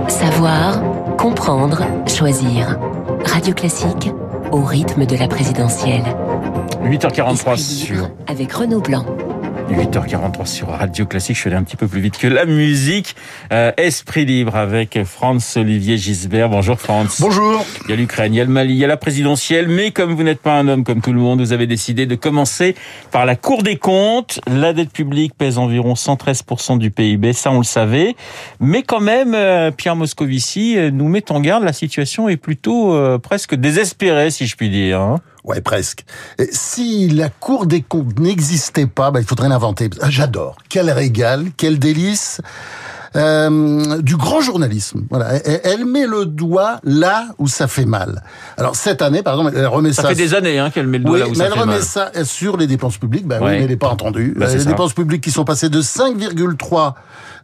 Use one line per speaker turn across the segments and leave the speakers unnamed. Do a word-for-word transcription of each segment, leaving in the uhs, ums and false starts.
Savoir, comprendre, choisir. Radio Classique, au rythme de la présidentielle.
huit heures quarante-trois sur...
Avec Renaud Blanc.
huit heures quarante-trois sur Radio Classique, je suis allé un petit peu plus vite que la musique. Euh, Esprit libre avec Franz-Olivier Gisbert. Bonjour Franz.
Bonjour.
Il y a l'Ukraine, il y a le Mali, il y a la présidentielle, mais comme vous n'êtes pas un homme comme tout le monde, vous avez décidé de commencer par la Cour des comptes. La dette publique pèse environ cent treize pour cent du P I B, ça on le savait. Mais quand même, euh, Pierre Moscovici nous met en garde, la situation est plutôt euh, presque désespérée, si je puis dire. Hein.
Ouais, presque. Si la Cour des comptes n'existait pas, bah, il faudrait l'inventer. J'adore. Quel régal, quel délice. Euh, du grand journalisme. Voilà. Elle, elle met le doigt là où ça fait mal. Alors, cette année, par exemple, elle remet ça...
Ça fait des années hein, qu'elle met le doigt
oui,
là où ça fait mal.
mais elle remet ça sur les dépenses publiques. Bah ouais. Oui, mais elle n'est pas entendue.
Bah,
les
ça.
dépenses publiques qui sont passées de cinq virgule trois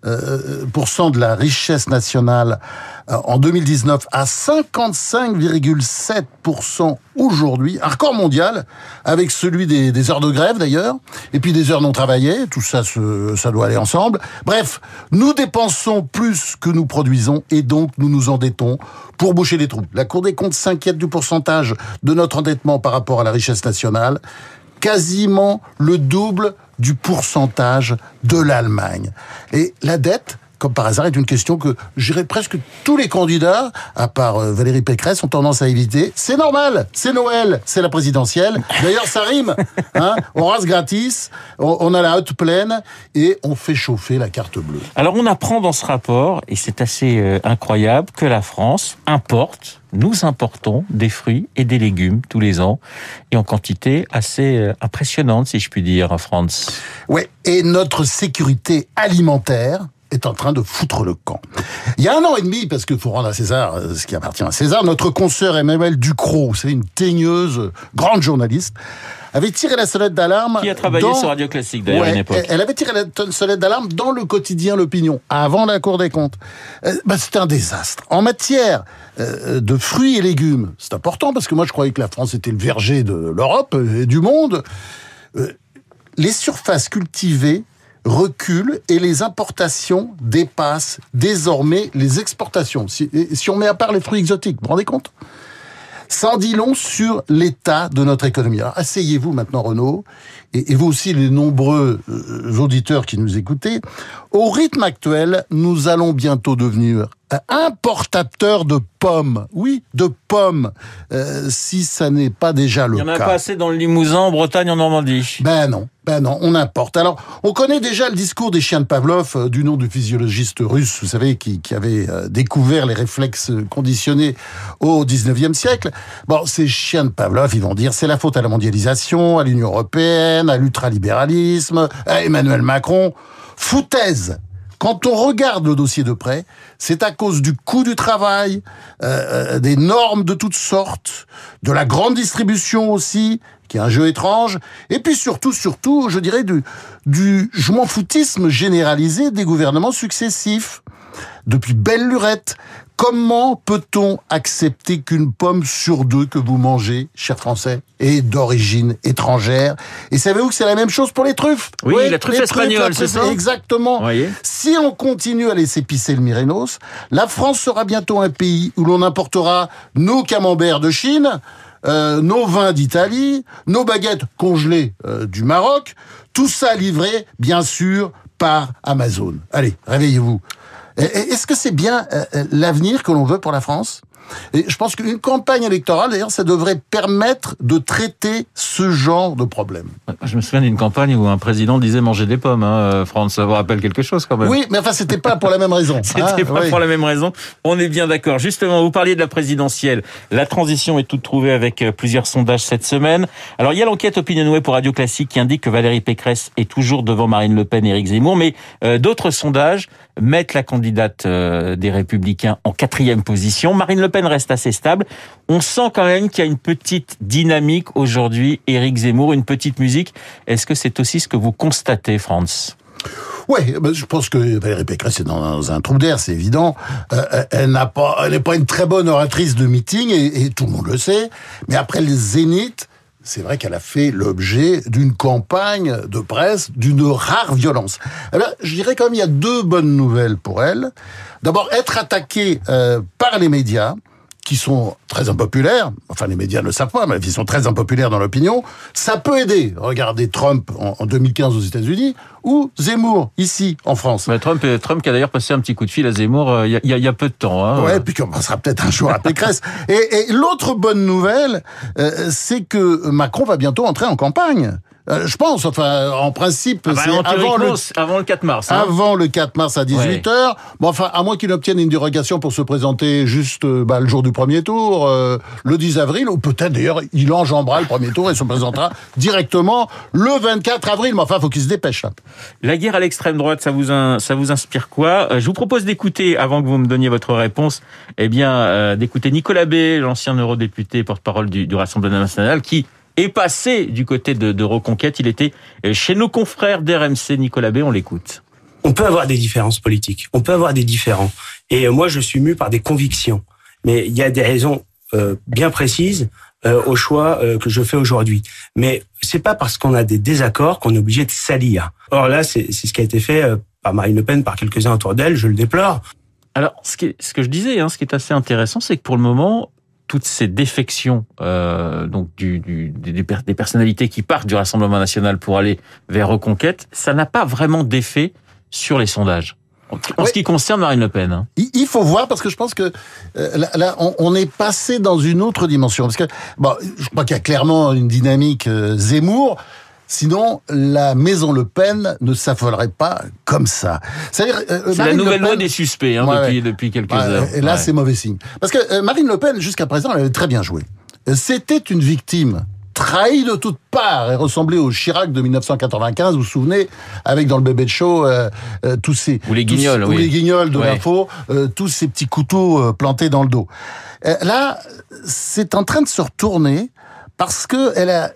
pour cent de la richesse nationale en deux mille dix-neuf à cinquante-cinq virgule sept pour cent aujourd'hui, un record mondial, avec celui des, des heures de grève d'ailleurs, et puis des heures non travaillées, tout ça, se, ça doit aller ensemble. Bref, nous dépensons plus que nous produisons, et donc nous nous endettons pour boucher les trous. La Cour des comptes s'inquiète du pourcentage de notre endettement par rapport à la richesse nationale, quasiment le double du pourcentage de l'Allemagne. Et la dette, comme par hasard, est une question que, je dirais, presque tous les candidats, à part Valérie Pécresse, ont tendance à éviter. C'est normal, c'est Noël, c'est la présidentielle. D'ailleurs, ça rime. Hein, on rase gratis, on, on a la haute plaine et on fait chauffer la carte bleue.
Alors, on apprend dans ce rapport, et c'est assez euh, incroyable, que la France importe, nous importons des fruits et des légumes tous les ans, et en quantité assez euh, impressionnante, si je puis dire, France.
Ouais, et notre sécurité alimentaire est en train de foutre le camp. Il y a un an et demi, parce qu'il faut rendre à César ce qui appartient à César, notre consoeur Emmanuelle Ducrot, c'est une teigneuse, grande journaliste, avait tiré la sonnette d'alarme...
Qui a travaillé
dans...
sur Radio Classique, d'ailleurs,
ouais,
à une époque.
Elle avait tiré la sonnette d'alarme dans le quotidien L'Opinion, avant la Cour des comptes. Euh, bah, c'était un désastre. En matière euh, de fruits et légumes, c'est important, parce que moi, je croyais que la France était le verger de l'Europe et du monde. Euh, les surfaces cultivées recule et les importations dépassent désormais les exportations. Si, si on met à part les fruits exotiques, vous vous rendez compte ? Ça en dit long sur l'état de notre économie. Alors, asseyez-vous maintenant, Renaud, et, et vous aussi, les nombreux euh, auditeurs qui nous écoutez. Au rythme actuel, nous allons bientôt devenir importateurs de pommes. Oui, de pommes, euh, si ça n'est pas déjà le cas.
Il n'y en a pas assez dans le Limousin, en Bretagne, en Normandie.
Ben non, ben non, on importe. Alors, on connaît déjà le discours des chiens de Pavlov, euh, du nom du physiologiste russe, vous savez, qui, qui avait euh, découvert les réflexes conditionnés au dix-neuvième siècle. Bon, ces chiens de Pavlov, ils vont dire, c'est la faute à la mondialisation, à l'Union européenne, à l'ultralibéralisme, à Emmanuel Macron. Foutaise! Quand on regarde le dossier de près, c'est à cause du coût du travail, euh, des normes de toutes sortes, de la grande distribution aussi, qui est un jeu étrange, et puis surtout, surtout, je dirais, du, du je m'en foutisme généralisé des gouvernements successifs. Depuis belle lurette, comment peut-on accepter qu'une pomme sur deux que vous mangez, chers Français, est d'origine étrangère? Et savez-vous que c'est la même chose pour les truffes?
Oui, oui, la truffe espagnole, c'est ça?
Exactement.
Voyez.
Si on continue à laisser pisser le Myrénos, la France sera bientôt un pays où l'on importera nos camemberts de Chine, euh, nos vins d'Italie, nos baguettes congelées euh, du Maroc, tout ça livré, bien sûr, par Amazon. Allez, réveillez-vous. Est-ce que c'est bien euh, l'avenir que l'on veut pour la France ? Et je pense qu'une campagne électorale, d'ailleurs, ça devrait permettre de traiter ce genre de problème.
Je me souviens d'une campagne où un président disait manger des pommes, hein, France, ça vous rappelle quelque chose quand même.
Oui, mais enfin, c'était pas pour la même raison.
C'était
ah,
pas
oui.
pour la même raison. On est bien d'accord. Justement, vous parliez de la présidentielle. La transition est toute trouvée avec plusieurs sondages cette semaine. Alors, il y a l'enquête Opinionway pour Radio Classique qui indique que Valérie Pécresse est toujours devant Marine Le Pen et Éric Zemmour, mais euh, d'autres sondages mettent la candidate euh, des Républicains en quatrième position. Marine Le Pen reste assez stable. On sent quand même qu'il y a une petite dynamique aujourd'hui. Éric Zemmour, une petite musique. Est-ce que c'est aussi ce que vous constatez, Franz ?
Oui, ben je pense que Valérie Pécresse est dans un trou d'air, c'est évident. Euh, elle n'a pas, elle n'est pas une très bonne oratrice de meeting et, et tout le monde le sait. Mais après le Zénith, c'est vrai qu'elle a fait l'objet d'une campagne de presse d'une rare violence. Alors, je dirais quand même, il y a deux bonnes nouvelles pour elle. D'abord, être attaquée euh, par les médias, qui sont très impopulaires, enfin les médias ne le savent pas, mais ils sont très impopulaires dans l'opinion, ça peut aider. Regardez Trump en, en deux mille quinze aux États-Unis, ou Zemmour, ici, en France.
Mais Trump, Trump qui a d'ailleurs passé un petit coup de fil à Zemmour il euh, y, y, y a peu de temps. Hein.
Ouais, puis qu'on passera peut-être un jour à Pécresse. et, et l'autre bonne nouvelle, euh, c'est que Macron va bientôt entrer en campagne. Euh, je pense, enfin, en principe,
ah bah,
c'est avant le,
avant le quatre mars. Hein.
Avant le quatre mars à dix-huit heures. Ouais. Bon, enfin, à moins qu'il obtienne une dérogation pour se présenter juste bah, le jour du premier tour, euh, le dix avril, ou peut-être d'ailleurs, il enjambera le premier tour et se présentera directement le vingt-quatre avril. Mais enfin, faut qu'il se dépêche. Là.
La guerre à l'extrême droite, ça vous, in, ça vous inspire quoi ? Je vous propose d'écouter, avant que vous me donniez votre réponse, eh bien, euh, d'écouter Nicolas B, l'ancien eurodéputé porte-parole du, du Rassemblement national, qui est passé du côté de, de Reconquête. Il était chez nos confrères d'R M C. Nicolas B, on l'écoute.
On peut avoir des différences politiques, on peut avoir des différends. Et moi, je suis mu par des convictions. Mais il y a des raisons euh, bien précises euh, au choix euh, que je fais aujourd'hui. Mais c'est pas parce qu'on a des désaccords qu'on est obligé de s'allier. Or là, c'est, c'est ce qui a été fait euh, par Marine Le Pen, par quelques-uns autour d'elle, je le déplore.
Alors, ce, qui est, ce que je disais, hein, ce qui est assez intéressant, c'est que pour le moment, toutes ces défections euh, donc du, du, des, des personnalités qui partent du Rassemblement national pour aller vers Reconquête, ça n'a pas vraiment d'effet sur les sondages. En oui. ce qui concerne Marine Le Pen. Hein.
Il faut voir, parce que je pense que euh, là, là on, on est passé dans une autre dimension. Parce que bon, je crois qu'il y a clairement une dynamique euh, Zemmour. Sinon, la maison Le Pen ne s'affolerait pas comme ça.
C'est-à-dire, euh, c'est Marine la nouvelle loi des suspects hein, ouais, depuis, ouais. depuis quelques ouais, heures.
Et là,
ouais.
c'est mauvais signe. Parce que euh, Marine Le Pen, jusqu'à présent, elle avait très bien joué. C'était une victime trahie de toutes parts. Elle ressemblait au Chirac de dix-neuf cent quatre-vingt-quinze, vous vous souvenez, avec dans le Bébé de Show, euh, euh, tous ces...
Ou les guignols,
tous,
oui.
Ou les guignols de
ouais.
l'info, euh, tous ces petits couteaux euh, plantés dans le dos. Euh, là, c'est en train de se retourner parce que elle a...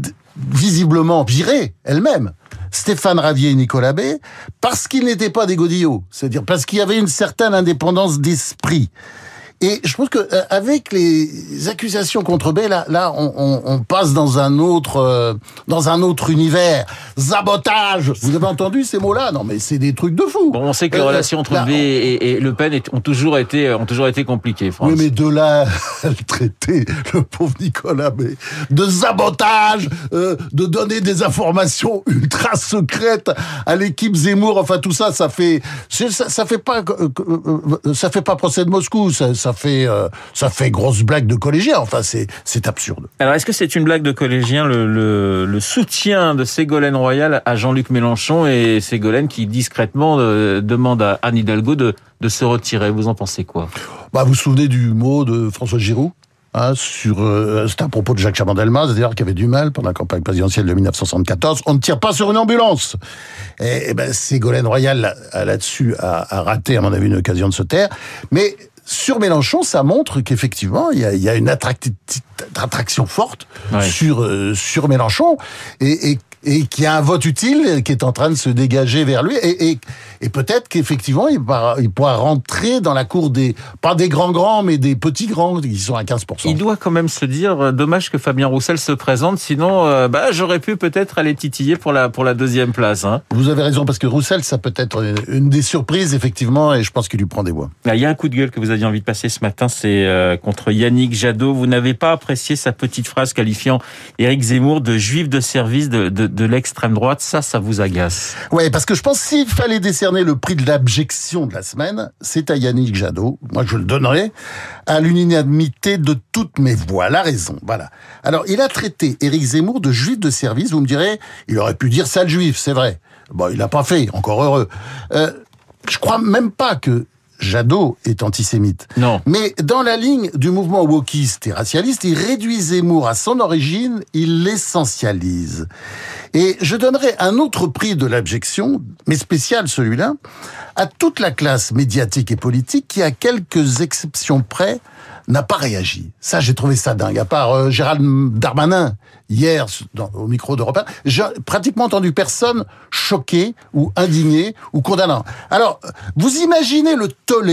visiblement viré elle-même Stéphane Ravier et Nicolas B, parce qu'ils n'étaient pas des godillots, c'est-à-dire parce qu'il y avait une certaine indépendance d'esprit. Et je pense que euh, avec les accusations contre B, là, là, on, on, on passe dans un autre, euh, dans un autre univers. Sabotage. Vous avez entendu ces mots-là ? Non, mais c'est des trucs de fou.
Bon, on sait que les euh, relations entre là, B et, et Le Pen est, ont toujours été, ont toujours été compliquées. France.
Oui, mais de là, à le traiter, le pauvre Nicolas B, de sabotage, euh, de donner des informations ultra secrètes à l'équipe Zemmour. Enfin, tout ça, ça fait, ça, ça fait pas, euh, ça fait pas procès de Moscou. Ça, ça Ça fait, euh, ça fait grosse blague de collégien. Enfin, c'est, c'est absurde.
Alors, est-ce que c'est une blague de collégien, le, le, le soutien de Ségolène Royal à Jean-Luc Mélenchon et Ségolène qui discrètement euh, demande à Anne Hidalgo de, de se retirer? Vous en pensez quoi?
Bah, vous vous souvenez du mot de François Giroud? Hein, sur, euh, c'était à propos de Jacques Chaban-Delmas, d'ailleurs, qui avait du mal pendant la campagne présidentielle de dix-neuf cent soixante-quatorze. On ne tire pas sur une ambulance. Et, et ben, Ségolène Royal, là, là-dessus, a, a raté, à mon avis, une occasion de se taire. Mais sur Mélenchon, ça montre qu'effectivement, il y a, il y a une attraction forte ouais. sur, euh, sur Mélenchon et, et, et qu'il y a un vote utile qui est en train de se dégager vers lui. Et, et, et peut-être qu'effectivement, il pourra, il pourra rentrer dans la cour des, pas des grands-grands, mais des petits-grands qui sont à quinze pour cent.
Il doit quand même se dire, dommage que Fabien Roussel se présente, sinon euh, bah, j'aurais pu peut-être aller titiller pour la, pour la deuxième place. Hein.
Vous avez raison, parce que Roussel, ça peut être une des surprises, effectivement, et je pense qu'il lui prend des voix.
Il y a un coup de gueule que vous aviez envie de passer ce matin, c'est euh, contre Yannick Jadot. Vous n'avez pas apprécié sa petite phrase qualifiant Éric Zemmour de juif de service de, de, de l'extrême droite. Ça, ça vous agace?
Ouais, parce que je pense s'il fallait décerner le prix de l'abjection de la semaine, c'est à Yannick Jadot. Moi, je le donnerais à l'unanimité de toutes mes voix. La raison, voilà. Alors, il a traité Éric Zemmour de juif de service. Vous me direz, il aurait pu dire sale juif, c'est vrai. Bon, il l'a pas fait, encore heureux. Euh, je crois même pas que Jadot est antisémite.
Non.
Mais dans la ligne du mouvement wokiste et racialiste, il réduit Zemmour à son origine, il l'essentialise. Et je donnerai un autre prix de l'abjection, mais spécial celui-là, à toute la classe médiatique et politique qui, à quelques exceptions près, n'a pas réagi. Ça, j'ai trouvé ça dingue. À part euh, Gérald Darmanin, hier, dans, au micro d'Europe un, j'ai pratiquement entendu personne choqué ou indigné ou condamnant. Alors, vous imaginez le tollé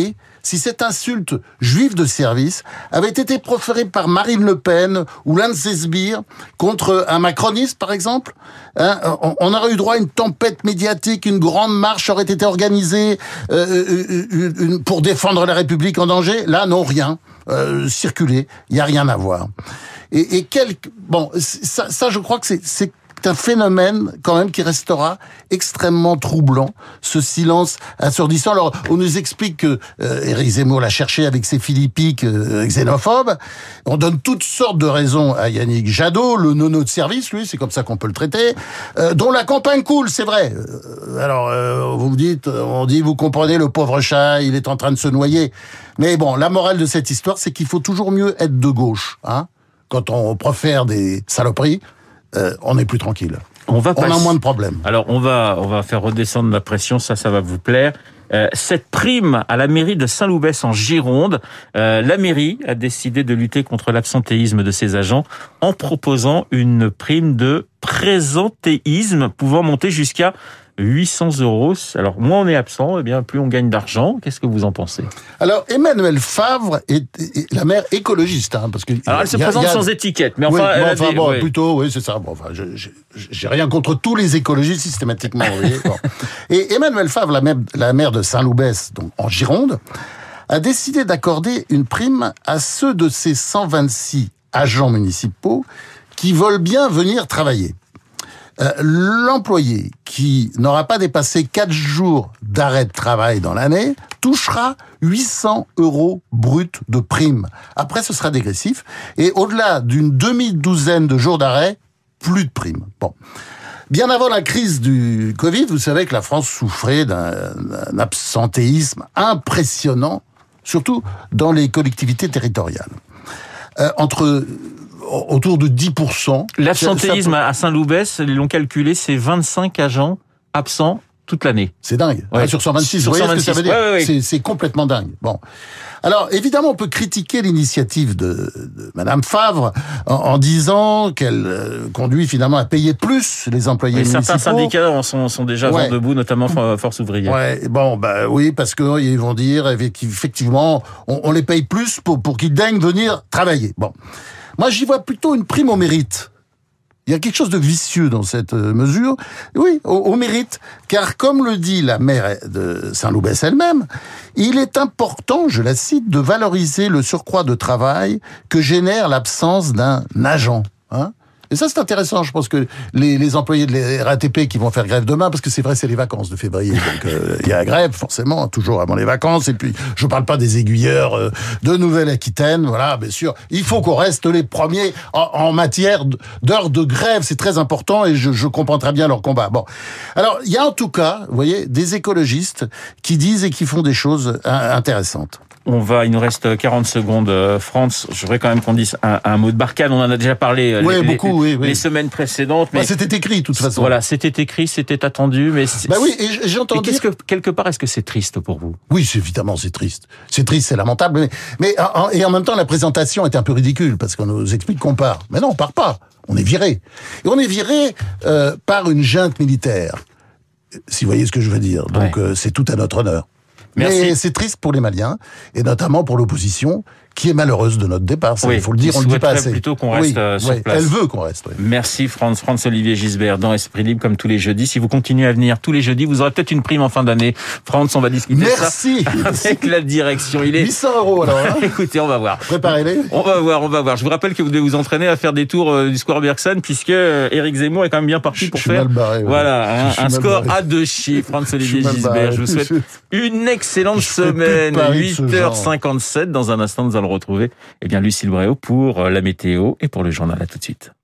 si cette insulte juive de service avait été proférée par Marine Le Pen ou l'un de ses sbires contre un macroniste, par exemple, hein, on, on aurait eu droit à une tempête médiatique, une grande marche aurait été organisée euh, une, une, pour défendre la République en danger. Là, non, rien. Euh, circuler, il y a rien à voir. Et, et quel, bon, ça, ça, je crois que c'est, c'est un phénomène quand même qui restera extrêmement troublant, ce silence assourdissant. Alors, on nous explique que euh, Éric Zemmour l'a cherché avec ses philippiques euh, xénophobes. On donne toutes sortes de raisons à Yannick Jadot, le nono de service, lui, c'est comme ça qu'on peut le traiter, euh, dont la campagne coule, c'est vrai. Euh, alors, euh, vous me dites, on dit, vous comprenez, le pauvre chat, il est en train de se noyer. Mais bon, la morale de cette histoire, c'est qu'il faut toujours mieux être de gauche, hein. Quand on profère des saloperies, euh, on est plus tranquille.
On va
on
passer...
a moins de problèmes.
Alors, on va, on va faire redescendre la pression, ça, ça va vous plaire. Euh, cette prime à la mairie de Saint-Loubès en Gironde, euh, la mairie a décidé de lutter contre l'absentéisme de ses agents en proposant une prime de présentéisme pouvant monter jusqu'à huit cents euros. Alors, moins on est absent, eh bien, plus on gagne d'argent. Qu'est-ce que vous en pensez?
Alors, Emmanuelle Favre est, est la maire écologiste, hein, parce que.
Alors, elle se
y a,
présente
y a...
sans étiquette, mais enfin,
oui,
elle
bon,
a
enfin,
des...
bon,
oui.
plutôt, oui, c'est ça. Bon, enfin, je, je, j'ai rien contre tous les écologistes systématiquement, vous voyez. Bon. Et Emmanuelle Favre, la maire, la maire de Saint-Loubès, donc en Gironde, a décidé d'accorder une prime à ceux de ses cent vingt-six agents municipaux qui veulent bien venir travailler. Euh, l'employé qui n'aura pas dépassé quatre jours d'arrêt de travail dans l'année touchera huit cents euros bruts de prime. Après, ce sera dégressif. Et au-delà d'une demi-douzaine de jours d'arrêt, plus de prime. Bon. Bien avant la crise du Covid, vous savez que la France souffrait d'un, d'un absentéisme impressionnant, surtout dans les collectivités territoriales. Euh, entre... autour de dix pour cent.
L'absentéisme peut... à Saint-Loubès, ils l'ont calculé, c'est vingt-cinq agents absents toute l'année.
C'est dingue. Ouais. Ah, sur cent vingt-six,
sur
vous voyez
cent vingt-six.
Ce que ça veut dire?
Ouais, ouais, ouais.
C'est, c'est complètement dingue. Bon. Alors, évidemment, on peut critiquer l'initiative de, de Madame Favre en, en disant qu'elle euh, conduit finalement à payer plus les employés
oui,
municipaux.
Certains syndicats sont, sont déjà ouais. vent debout, notamment Force ouvrière.
Ouais, bon, bah oui, parce que ils vont dire qu'effectivement, on, on les paye plus pour, pour qu'ils daignent venir travailler. Bon. Moi, j'y vois plutôt une prime au mérite. Il y a quelque chose de vicieux dans cette mesure. Oui, au, au mérite. Car comme le dit la maire de Saint-Loubès elle-même, il est important, je la cite, de valoriser le surcroît de travail que génère l'absence d'un agent. Hein ? Et ça, c'est intéressant. Je pense que les, les employés de la R A T P qui vont faire grève demain, parce que c'est vrai, c'est les vacances de février. Donc, euh, il y a grève, forcément, toujours avant les vacances. Et puis, je parle pas des aiguilleurs euh, de Nouvelle-Aquitaine. Voilà, bien sûr. Il faut qu'on reste les premiers en, en matière d'heures de grève. C'est très important et je, je comprends très bien leur combat. Bon. Alors, il y a en tout cas, vous voyez, des écologistes qui disent et qui font des choses intéressantes.
On va, il nous reste quarante secondes, France. Je voudrais quand même qu'on dise un, un mot de Barkhane. On en a déjà parlé
oui,
les,
beaucoup,
les,
oui, oui.
les semaines précédentes. Mais
bah, c'était écrit, de toute façon.
Voilà, c'était écrit, c'était attendu, mais.
Bah oui, et j'entends dire.
Qu'est-ce que quelque part, est-ce que c'est triste pour vous?
Oui, c'est, évidemment, c'est triste. C'est triste, c'est lamentable, mais, mais en, et en même temps, la présentation est un peu ridicule parce qu'on nous explique qu'on part. Mais non, on part pas. On est viré. Et on est viré euh, par une junte militaire. Si vous voyez ce que je veux dire. Donc, ouais. euh, c'est tout à notre honneur. Merci. Mais c'est triste pour les Maliens, et notamment pour l'opposition, qui est malheureuse de notre départ. Il oui, faut le dire, on le dit pas assez.
Plutôt qu'on reste
oui,
sur
oui,
place.
Elle veut qu'on reste. Oui.
Merci France, France-Olivier Gisbert, dans Esprit Libre, comme tous les jeudis. Si vous continuez à venir tous les jeudis, vous aurez peut-être une prime en fin d'année. France, on va discuter
Merci.
ça avec la direction. Il est
huit cents euros alors. Hein.
Écoutez, on va voir.
Préparez-les.
On va voir, on va voir. Je vous rappelle que vous devez vous entraîner à faire des tours euh, du Square Bergson, puisque euh, Éric Zemmour est quand même bien parti
je,
pour
je
faire
barré, ouais.
voilà un, un score
barré.
à deux chiffres. France-Olivier Gisbert,
barré.
je vous souhaite une excellente
je
semaine. huit heures cinquante-sept. Dans un instant, nous allons retrouver eh bien Lucille Bréau pour la météo et pour le journal. À tout de suite.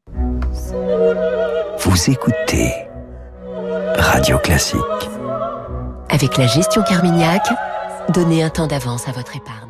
Vous écoutez Radio Classique.
Avec la gestion Carmignac, donnez un temps d'avance à votre épargne.